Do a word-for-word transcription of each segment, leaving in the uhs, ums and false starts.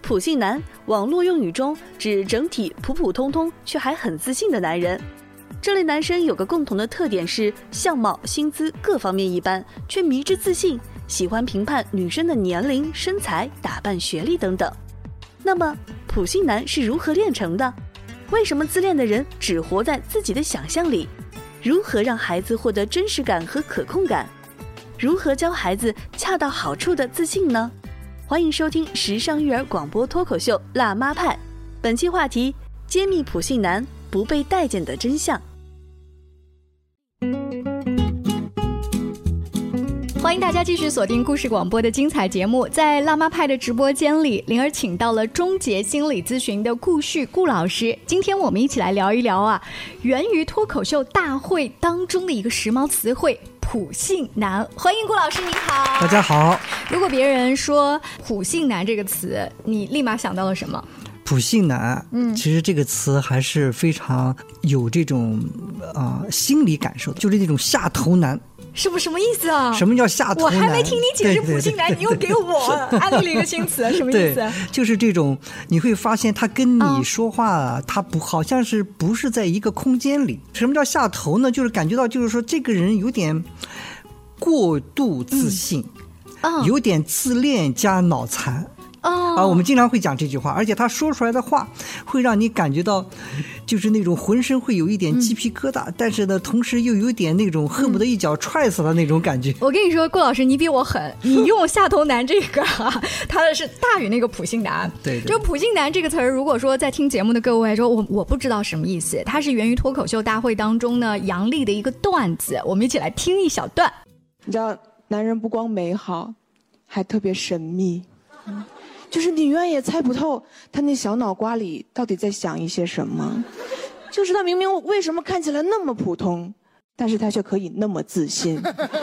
普信男，网络用语中指整体普普通通却还很自信的男人。这类男生有个共同的特点是相貌、薪资各方面一般，却迷之自信，喜欢评判女生的年龄、身材、打扮、学历等等。那么普信男是如何炼成的？为什么自恋的人只活在自己的想象里？如何让孩子获得真实感和可控感？如何教孩子恰到好处的自信呢？欢迎收听时尚育儿广播脱口秀《辣妈派》，本期话题：揭秘普信男不被待见的真相。 欢迎大家继续锁定故事广播的精彩节目。在辣妈派的直播间里，灵儿请到了终结心理咨询的顾旭顾老师。今天我们一起来聊一聊啊，源于脱口秀大会当中的一个时髦词汇普信男。欢迎顾老师，您好。 大家好。 如果别人说普信男这个词，你立马想到了什么？ 普信男，嗯，其实这个词还是非常有这种啊、呃、心理感受，就是这种下头男。 是不是什么意思啊？ 什么叫下头男？ 我还没听你解释普信男，你又给我安利了一个新词，什么意思？ 就是这种，你会发现他跟你说话啊，他不好像是不是在一个空间里。什么叫下头呢？就是感觉到，就是说这个人有点过度自信，嗯哦、有点自恋加脑残。哦、啊，我们经常会讲这句话，而且他说出来的话会让你感觉到就是那种浑身会有一点鸡皮疙瘩、嗯、但是呢同时又有点那种恨不得一脚踹死的那种感觉、嗯、 我跟你说顾老师你比我狠，你用下头男这个啊，他的是大于那个普信男。 对, 对， 就普信男这个词儿，如果说在听节目的各位说我我不知道什么意思，它是源于脱口秀大会当中呢杨笠的一个段子，我们一起来听一小段。 你知道男人不光美好还特别神秘、嗯，就是你永远也猜不透他那小脑瓜里到底在想一些什么，就是他明明为什么看起来那么普通，但是他却可以那么自信。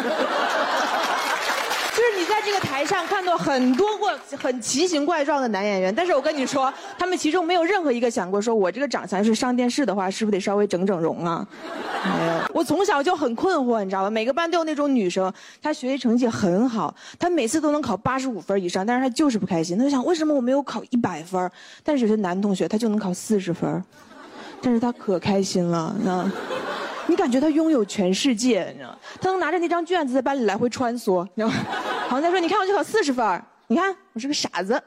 就是你在这个台上看到很多过很奇形怪状的男演员，但是我跟你说他们其中没有任何一个想过说我这个长相是上电视的话是不是得稍微整整容啊。没有，我从小就很困惑，你知道吧？每个班都有那种女生，她学习成绩很好，她每次都能考八十五分以上，但是她就是不开心。她就想，为什么我没有考一百分？但是有些男同学他就能考四十分，但是他可开心了，你知道？你感觉他拥有全世界，你知道？他能拿着那张卷子在班里来回穿梭，你知道？好像在说，你看我就考四十分，你看我是个傻子。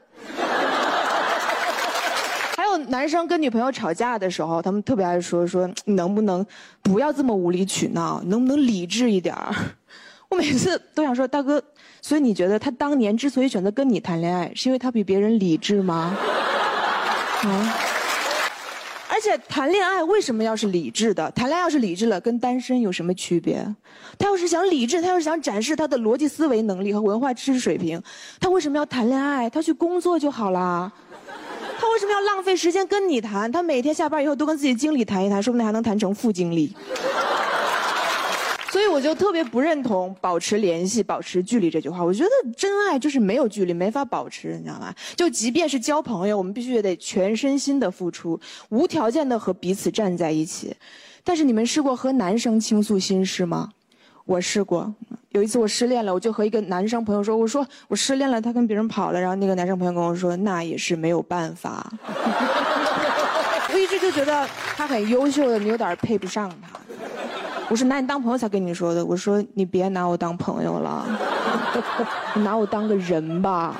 还有男生跟女朋友吵架的时候，他们特别爱说说你能不能不要这么无理取闹，能不能理智一点？我每次都想说，大哥，所以你觉得他当年之所以选择跟你谈恋爱，是因为他比别人理智吗？啊！而且谈恋爱为什么要是理智的？谈恋爱要是理智了，跟单身有什么区别？他要是想理智，他要是想展示他的逻辑思维能力和文化知识水平，他为什么要谈恋爱？他去工作就好啦。他为什么要浪费时间跟你谈？他每天下班以后都跟自己经理谈一谈，说不定还能谈成副经理。所以我就特别不认同保持联系、保持距离这句话。我觉得真爱就是没有距离，没法保持，你知道吗？就即便是交朋友，我们必须也得全身心的付出，无条件的和彼此站在一起。但是你们试过和男生倾诉心事吗？我试过。有一次我失恋了，我就和一个男生朋友说，我说我失恋了，他跟别人跑了，然后那个男生朋友跟我说，那也是没有办法。我一直就觉得他很优秀的，你有点配不上他。我说拿你当朋友才跟你说的，我说你别拿我当朋友了，你拿我当个人吧，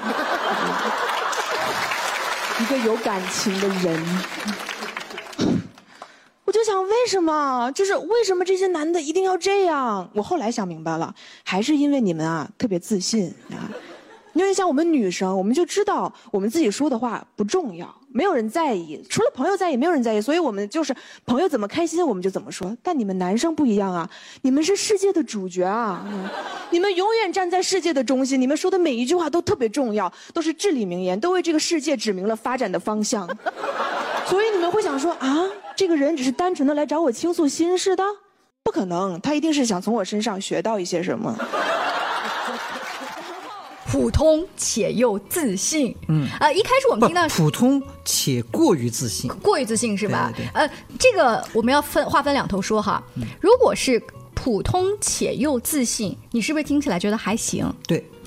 一个有感情的人。我就想为什么，就是为什么这些男的一定要这样？我后来想明白了，还是因为你们啊特别自信啊。因为像我们女生，我们就知道我们自己说的话不重要，没有人在意，除了朋友在意，没有人在意，所以我们就是朋友怎么开心我们就怎么说。但你们男生不一样啊，你们是世界的主角啊，嗯、你们永远站在世界的中心，你们说的每一句话都特别重要，都是至理名言，都为这个世界指明了发展的方向。所以你们会想说啊，这个人只是单纯的来找我倾诉心事的？不可能，他一定是想从我身上学到一些什么。 普通且又自信，嗯，呃，一开始我们听到普通且过于自信， 过于自信是吧？ 对对对， 呃，这个我们要分划分两头说哈。嗯、如果是普通且又自信，你是不是听起来觉得还行？ 对，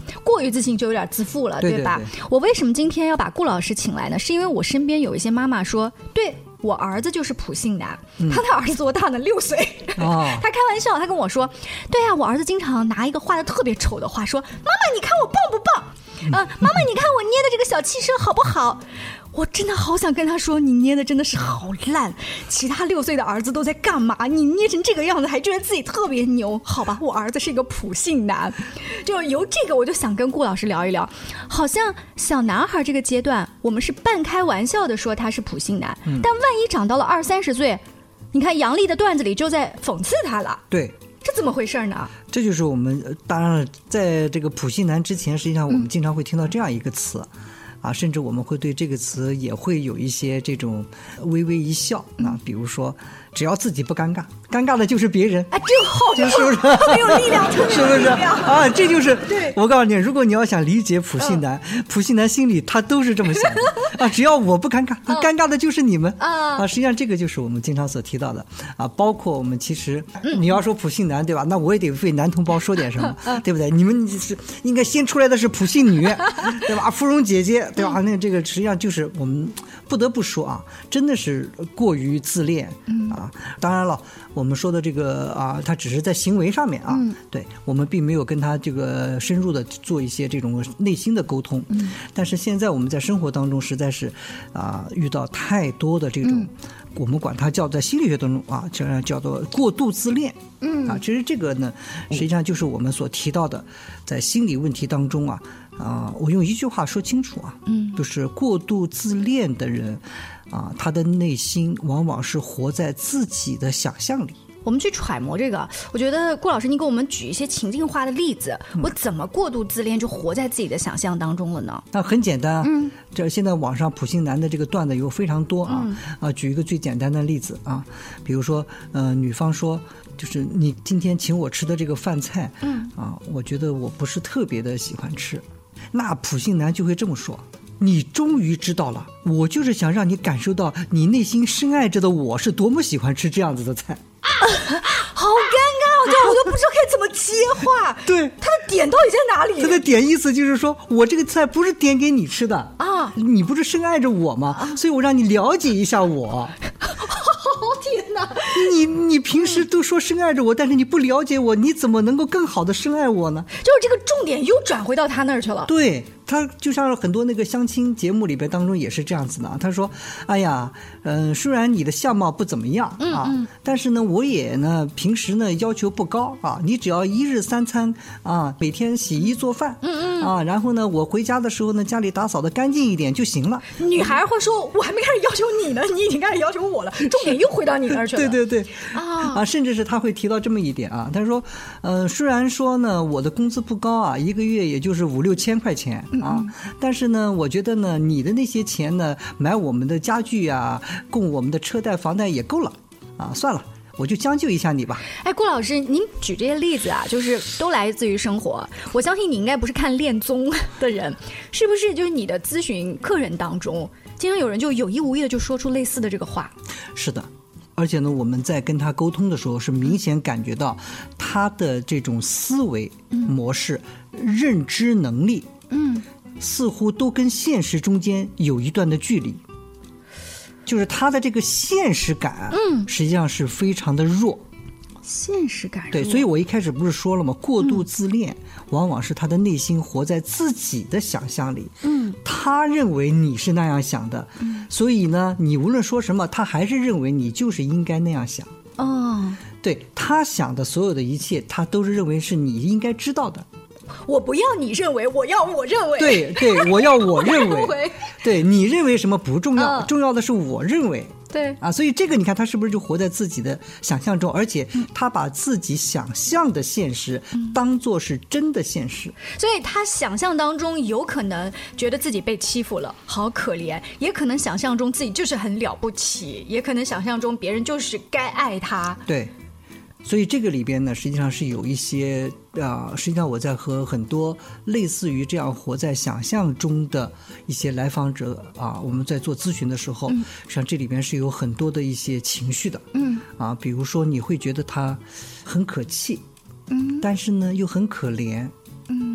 过于自信就有点自负了， 对, 对吧？ 对对， 我为什么今天要把顾老师请来呢？是因为我身边有一些妈妈说，对，我儿子就是普信男，嗯、他的儿子多大呢？六岁。哦、他开玩笑，他跟我说，对呀、啊，我儿子经常拿一个画的特别丑的画说，妈妈你看我棒不棒？啊、呃，妈妈你看我捏的这个小汽车好不好？我真的好想跟他说，你捏的真的是好烂，其他六岁的儿子都在干嘛？你捏成这个样子还觉得自己特别牛？好吧，我儿子是一个普信男。就由这个我就想跟顾老师聊一聊，好像小男孩这个阶段我们是半开玩笑的说他是普信男、嗯、但万一长到了二三十岁，你看杨笠的段子里就在讽刺他了。 对， 这怎么回事呢？ 这就是我们当然了，在这个普信男之前，实际上我们经常会听到这样一个词、嗯啊，甚至我们会对这个词也会有一些这种微微一笑啊，比如说只要自己不尴尬，尴尬的就是别人。 哎，这个好， 是不是特别有力量？是不是啊？这就是对。 我告诉你，如果你要想理解普信男，嗯、普信男心里他都是这么想的啊。只要我不尴尬，嗯、尴尬的就是你们啊。实际上，这个就是我们经常所提到的啊。包括我们其实，嗯、你要说普信男，对吧？那我也得为男同胞说点什么，嗯、对不对？你们是应该先出来的是普信女，对吧？芙蓉姐姐，对吧？那这个实际上就是我们不得不说啊，真的是过于自恋啊。当然了，我们说的这个啊，他只是在行为上面啊，嗯、对我们并没有跟他这个深入的做一些这种内心的沟通。嗯、但是现在我们在生活当中实在是啊，遇到太多的这种。嗯我们管它叫在心理学当中啊，这样叫做过度自恋。嗯啊，其实这个呢，实际上就是我们所提到的，在心理问题当中啊啊，我用一句话说清楚啊，嗯，就是过度自恋的人啊，他的内心往往是活在自己的想象里。 我们去揣摩这个，我觉得顾老师，你给我们举一些情境化的例子，嗯、我怎么过度自恋就活在自己的想象当中了呢？ 那很简单，嗯，这现在网上普信男的这个段子有非常多啊，嗯、啊，举一个最简单的例子啊，比如说，呃，女方说，就是你今天请我吃的这个饭菜，嗯，啊，我觉得我不是特别的喜欢吃，那普信男就会这么说。你终于知道了，我就是想让你感受到你内心深爱着的我是多么喜欢吃这样子的菜。 啊、好尴尬，这我都不知道该怎么接话。 对， 他的点到底在哪里？ 他的点意思就是说，我这个菜不是点给你吃的啊，你不是深爱着我吗？啊、所以我让你了解一下我。 天哪！ 你你平时都说深爱着我，但是你不了解我，你怎么能够更好的深爱我呢？ 就是这个重点又转回到他那儿去了。 对，他就像很多那个相亲节目里边当中也是这样子的。他说：“哎呀，嗯、呃，虽然你的相貌不怎么样啊，嗯嗯但是呢，我也呢平时呢要求不高啊，你只要一日三餐啊，每天洗衣做饭，嗯嗯啊，然后呢，我回家的时候呢，家里打扫的干净一点就行了。” 女孩会说：“我还没开始要求你呢，你已经开始要求我了。”重点又回到你那儿去了。 对对对啊啊，甚至是他会提到这么一点啊，他说：“呃，虽然说呢，我的工资不高啊，一个月也就是五六千块钱啊，嗯、但是呢，我觉得呢，你的那些钱呢，买我们的家具啊，供我们的车贷房贷也够了啊，算了。”我就将就一下你吧。 哎，顾老师，您举这些例子啊，就是都来自于生活。我相信你应该不是看恋综的人，是不是？就是你的咨询客人当中，经常有人就有意无意的就说出类似的这个话。 是的，而且呢，我们在跟他沟通的时候，是明显感觉到他的这种思维模式、嗯、认知能力，嗯，似乎都跟现实中间有一段的距离。就是他的这个现实感，嗯，实际上是非常的弱。 现实感弱， 对，所以我一开始不是说了吗？过度自恋，嗯、往往是他的内心活在自己的想象里。嗯，他认为你是那样想的，嗯，所以呢，你无论说什么，他还是认为你就是应该那样想。哦，对，他想的所有的一切，他都是认为是你应该知道的。 我不要你认为，我要我认为。 对对，我要我认为。为对，你认为什么不重要，嗯、重要的是我认为。 对啊，所以这个你看，他是不是就活在自己的想象中，而且他把自己想象的现实当作是真的现实。 嗯、所以他想象当中有可能觉得自己被欺负了，好可怜；也可能想象中自己就是很了不起，也可能想象中别人就是该爱他。 对。所以这个里边呢，实际上是有一些啊、呃，实际上我在和很多类似于这样活在想象中的一些来访者啊，我们在做咨询的时候，嗯、实际上这里边是有很多的一些情绪的，嗯，啊，比如说你会觉得他很可气，嗯，但是呢又很可怜，嗯，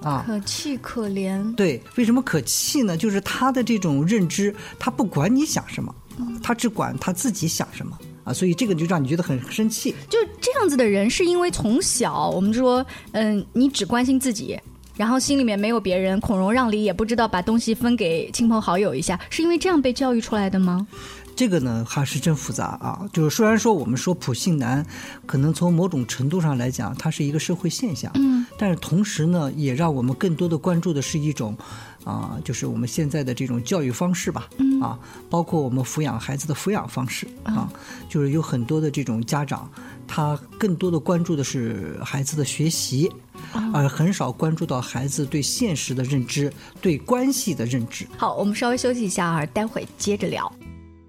啊， 可气可怜。 对，为什么可气呢？就是他的这种认知，他不管你想什么，他只管他自己想什么啊，所以这个就让你觉得很生气。 就这样子的人，是因为从小我们说，嗯，你只关心自己，然后心里面没有别人，孔融让梨，也不知道把东西分给亲朋好友一下，是因为这样被教育出来的吗？ 这个呢还是真复杂啊！就是虽然说我们说普信男，可能从某种程度上来讲，它是一个社会现象，嗯，但是同时呢，也让我们更多的关注的是一种，啊、呃，就是我们现在的这种教育方式吧，嗯啊，包括我们抚养孩子的抚养方式啊，就是有很多的这种家长，他更多的关注的是孩子的学习，而很少关注到孩子对现实的认知、对关系的认知。 好，我们稍微休息一下啊，待会接着聊。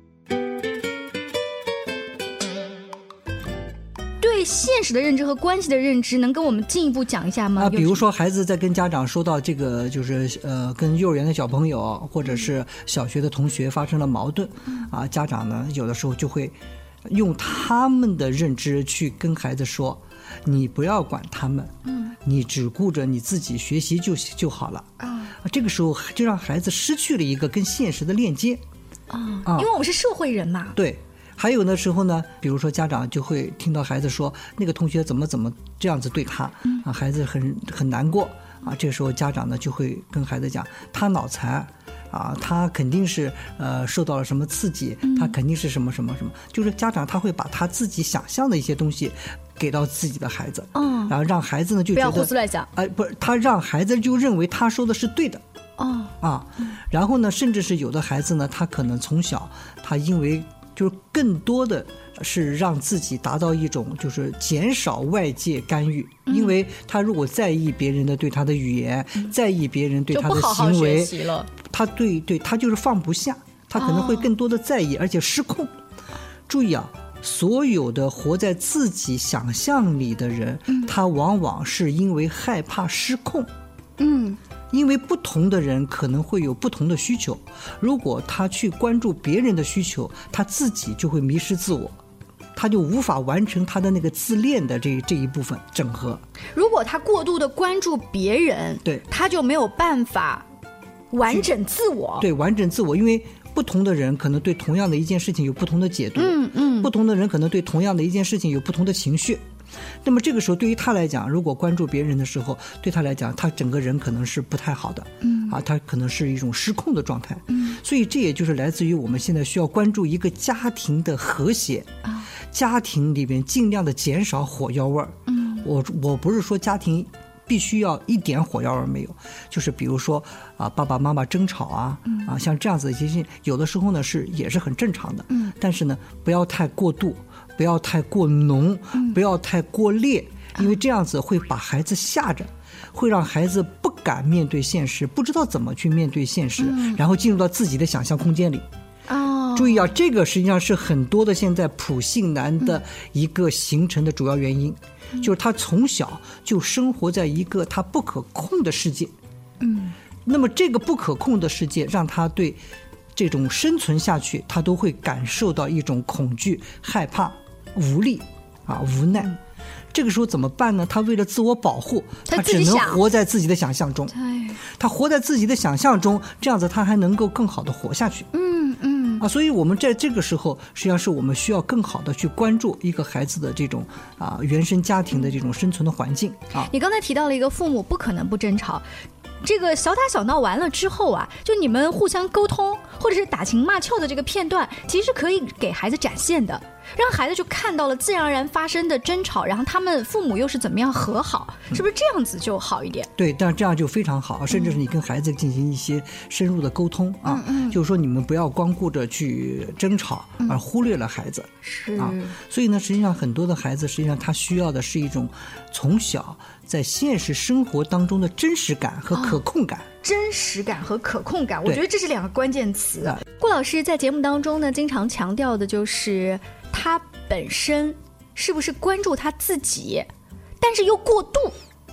对现实的认知和关系的认知，能跟我们进一步讲一下吗？ 啊，比如说孩子在跟家长说到这个，就是呃，跟幼儿园的小朋友或者是小学的同学发生了矛盾，啊，家长呢有的时候就会用他们的认知去跟孩子说，你不要管他们，嗯，你只顾着你自己学习就就好了啊。这个时候就让孩子失去了一个跟现实的链接啊，因为我们是社会人嘛。 对。还有的时候呢，比如说家长就会听到孩子说那个同学怎么怎么这样子对他，啊，孩子很很难过啊。这个时候家长呢就会跟孩子讲，他脑残啊，他肯定是呃受到了什么刺激，他肯定是什么什么什么，就是家长他会把他自己想象的一些东西给到自己的孩子，嗯，然后让孩子呢就觉得不要胡思乱想， 哎、呃，不是，他让孩子就认为他说的是对的。哦啊，然后呢，甚至是有的孩子呢，他可能从小他因为就是更多的是让自己达到一种就是减少外界干预，嗯、因为他如果在意别人的对他的语言，嗯、在意别人对他的行为，就不好好学习了，他对对他就是放不下，他可能会更多的在意，哦、而且失控。注意啊，所有的活在自己想象里的人，嗯、他往往是因为害怕失控。嗯。因为不同的人可能会有不同的需求，如果他去关注别人的需求，他自己就会迷失自我，他就无法完成他的那个自恋的这这一部分整合。 如果他过度的关注别人， 对， 他就没有办法完整自我。 对，完整自我，因为不同的人可能对同样的一件事情有不同的解读， 嗯嗯， 不同的人可能对同样的一件事情有不同的情绪。那么这个时候对于他来讲，如果关注别人的时候，对他来讲他整个人可能是不太好的，嗯啊，他可能是一种失控的状态，嗯，所以这也就是来自于我们现在需要关注一个家庭的和谐啊，家庭里边尽量的减少火药味儿，嗯，我我不是说家庭必须要一点火药味没有，就是比如说啊，爸爸妈妈争吵啊，嗯、啊，像这样子的一些事情，有的时候呢是也是很正常的，嗯，但是呢不要太过度，不要太过浓，嗯、不要太过烈，因为这样子会把孩子吓着，会让孩子不敢面对现实，不知道怎么去面对现实，嗯、然后进入到自己的想象空间里。哦，注意啊，这个实际上是很多的现在普信男的一个形成的主要原因。嗯，就是他从小就生活在一个他不可控的世界，嗯，那么这个不可控的世界让他对这种生存下去，他都会感受到一种恐惧、害怕、无力啊、无奈。嗯，这个时候怎么办呢？他为了自我保护，他只能活在自己的想象中。他活在自己的想象中，这样子他还能够更好的活下去。嗯嗯啊，所以我们在这个时候，实际上是我们需要更好的去关注一个孩子的这种啊原生家庭的这种生存的环境啊。 你刚才提到了一个父母不可能不争吵。这个小打小闹完了之后啊，就你们互相沟通或者是打情骂俏的这个片段，其实可以给孩子展现的，让孩子就看到了自然而然发生的争吵，然后他们父母又是怎么样和好，是不是这样子就好一点？ 对，但这样就非常好，甚至是你跟孩子进行一些深入的沟通啊，嗯嗯，就是说你们不要光顾着去争吵而忽略了孩子， 是啊，所以呢，实际上很多的孩子实际上他需要的是一种从小在现实生活当中的真实感和可控感。哦， 真实感和可控感，我觉得这是两个关键词。顾老师在节目当中呢，经常强调的就是他本身是不是关注他自己，但是又过度，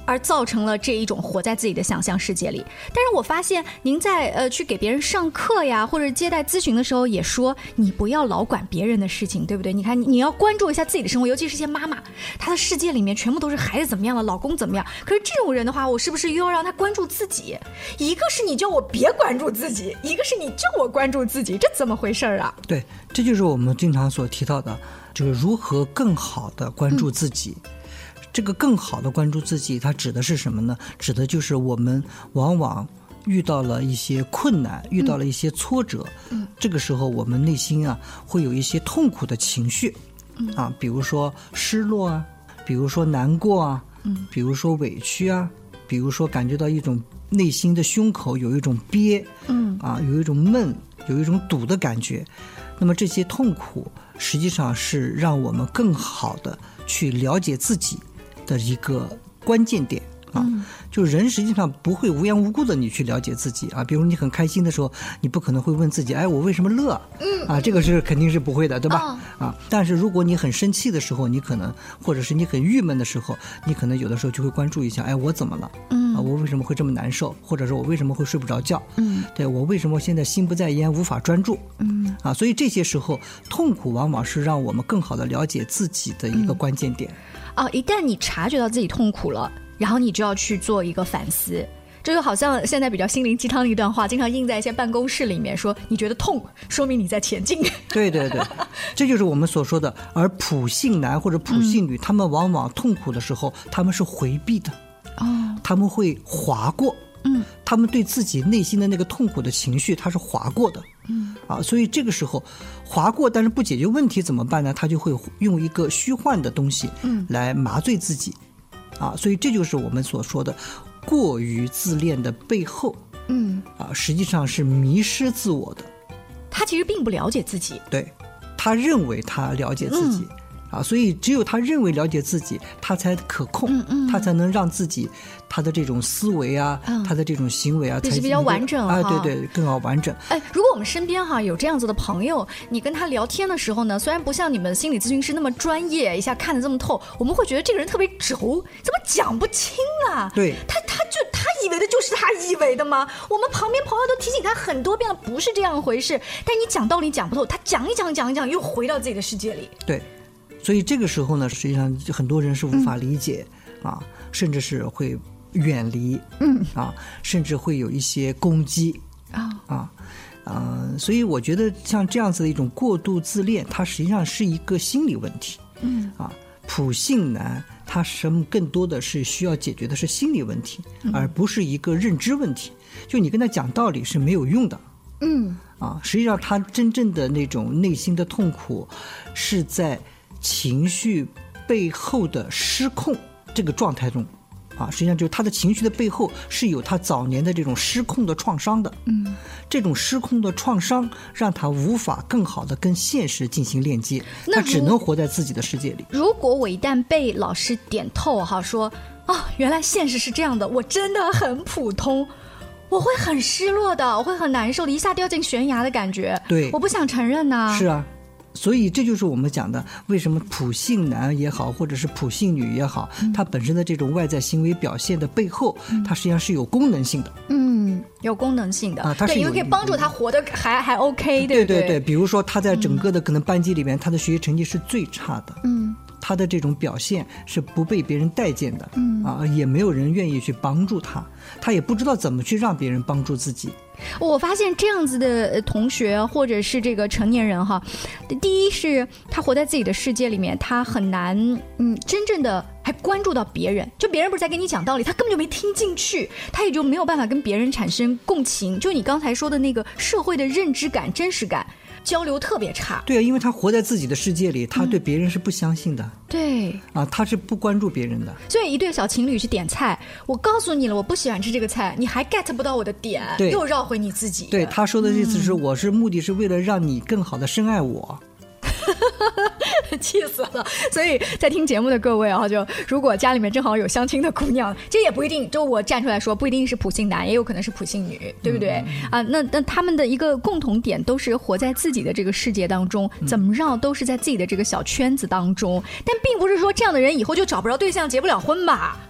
而造成了这一种活在自己的想象世界里。但是我发现您在呃去给别人上课呀，或者接待咨询的时候也说，你不要老管别人的事情，对不对？你看你你要关注一下自己的生活，尤其是些妈妈，她的世界里面全部都是孩子怎么样了，老公怎么样。可是这种人的话，我是不是又要让他关注自己？一个是你叫我别关注自己，一个是你叫我关注自己，这怎么回事啊？ 对，这就是我们经常所提到的，就是如何更好的关注自己。嗯，这个更好的关注自己，它指的是什么呢？指的就是我们往往遇到了一些困难，遇到了一些挫折，嗯，这个时候我们内心啊会有一些痛苦的情绪，嗯啊，比如说失落啊，比如说难过啊，嗯，比如说委屈啊，比如说感觉到一种内心的胸口有一种憋，嗯啊，有一种闷，有一种堵的感觉。那么这些痛苦实际上是让我们更好的去了解自己的一个关键点啊，嗯，就人实际上不会无缘无故的你去了解自己啊。比如你很开心的时候，你不可能会问自己，哎，我为什么乐？嗯啊，这个是肯定是不会的，对吧？哦，啊，但是如果你很生气的时候，你可能或者是你很郁闷的时候，你可能有的时候就会关注一下，哎，我怎么了？嗯啊，我为什么会这么难受？或者是我为什么会睡不着觉？嗯，对，我为什么现在心不在焉，无法专注？嗯啊，所以这些时候痛苦往往是让我们更好的了解自己的一个关键点。 嗯，哦，一旦你察觉到自己痛苦了，然后你就要去做一个反思。这就好像现在比较心灵鸡汤的一段话，经常印在一些办公室里面，说你觉得痛，说明你在前进。 对对对，这就是我们所说的。而普信男或者普信女，嗯，他们往往痛苦的时候，他们是回避的，哦，他们会划过，嗯，他们对自己内心的那个痛苦的情绪，他是划过的，嗯啊，所以这个时候划过，但是不解决问题怎么办呢？他就会用一个虚幻的东西，嗯，来麻醉自己，啊，所以这就是我们所说的。过于自恋的背后，嗯啊，实际上是迷失自我的。 他其实并不了解自己， 对，他认为他了解自己，嗯，啊，所以只有他认为了解自己，他才可控，嗯嗯，他才能让自己他的这种思维啊，嗯，他的这种行为啊， 才比较完整啊，对对，更好完整。 哎，如果我们身边哈有这样子的朋友，你跟他聊天的时候呢，虽然不像你们心理咨询师那么专业，一下看得这么透，我们会觉得这个人特别轴，怎么讲不清啊？ 对， 他他就他以为的就是他以为的吗？我们旁边朋友都提醒他很多遍了，不是这样回事。但你讲道理讲不透，他讲一讲讲一讲，又回到自己的世界里。 对，所以这个时候呢，实际上很多人是无法理解，嗯，啊，甚至是会远离，嗯啊，甚至会有一些攻击啊啊，呃，所以我觉得像这样子的一种过度自恋，它实际上是一个心理问题，嗯啊，普信男他什么更多的是需要解决的是心理问题，嗯，而不是一个认知问题。就你跟他讲道理是没有用的，嗯啊，实际上他真正的那种内心的痛苦是在情绪背后的失控这个状态中。啊，实际上就是他的情绪的背后是有他早年的这种失控的创伤的，嗯，这种失控的创伤让他无法更好的跟现实进行链接，他只能活在自己的世界里。 如果我一旦被老师点透哈，说啊，哦，原来现实是这样的，我真的很普通，我会很失落的，我会很难受的，一下掉进悬崖的感觉。对，我不想承认呐，啊。 是啊。所以这就是我们讲的，为什么普信男也好，或者是普信女也好，嗯，它本身的这种外在行为表现的背后，嗯，它实际上是有功能性的。嗯， 有功能性的啊，它是对，因为可以帮助他活得还还 OK， 对不对？ 对对对，比如说他在整个的可能班级里面，嗯，他的学习成绩是最差的。嗯。他的这种表现是不被别人待见的，嗯啊，也没有人愿意去帮助他，他也不知道怎么去让别人帮助自己。 我发现这样子的同学或者是这个成年人哈，第一是他活在自己的世界里面，他很难嗯真正的还关注到别人，就别人不是在跟你讲道理，他根本就没听进去，他也就没有办法跟别人产生共情，就你刚才说的那个社会的认知感、真实感。交流特别差。 对啊，因为他活在自己的世界里，他对别人是不相信的。 嗯、对啊，他是不关注别人的。 所以一对小情侣去点菜，我告诉你了，我不喜欢吃这个菜，你还 get 不到我的点，又绕回你自己。 对，他说的意思是，嗯、我是目的是为了让你更好的深爱我。 气死了！所以在听节目的各位啊，就如果家里面正好有相亲的姑娘，这也不一定，就我站出来说，不一定是普信男，也有可能是普信女，对不对？嗯、啊，那那他们的一个共同点都是活在自己的这个世界当中，怎么绕都是在自己的这个小圈子当中，但并不是说这样的人以后就找不着对象，结不了婚吧？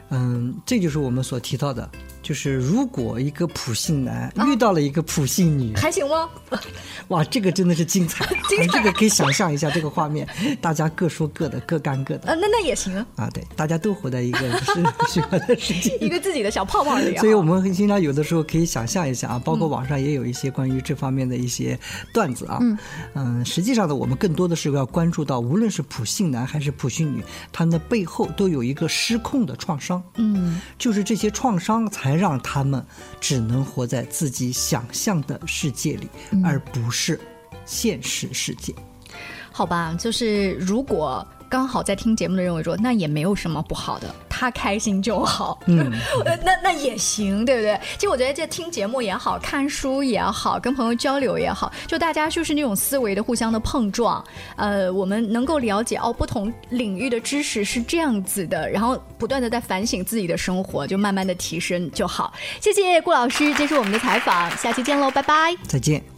嗯，这就是我们所提到的，就是如果一个普信男遇到了一个普信女， 啊、还行吗？ 哇，这个真的是精彩， 精彩， 这个可以想象一下这个画面，大家各说各的，各干各的。 啊，那那也行啊，对，大家都活在一个是虚幻的世界， 一个自己的小泡泡里。 所以我们经常有的时候可以想象一下啊，包括网上也有一些关于这方面的一些段子啊。嗯，嗯实际上呢，我们更多的是要关注到，无论是普信男还是普信女，他们的背后都有一个失控的创伤。嗯，就是这些创伤才让他们只能活在自己想象的世界里，嗯、而不是现实世界。 好吧，就是如果刚好在听节目的认为说，那也没有什么不好的，他开心就好，嗯，那那也行，对不对？其实我觉得这听节目也好，看书也好，跟朋友交流也好，就大家就是那种思维的互相的碰撞，呃，我们能够了解哦，不同领域的知识是这样子的，然后不断的在反省自己的生活，就慢慢的提升就好。谢谢顾老师接受我们的采访，下期见喽，拜拜， 再见。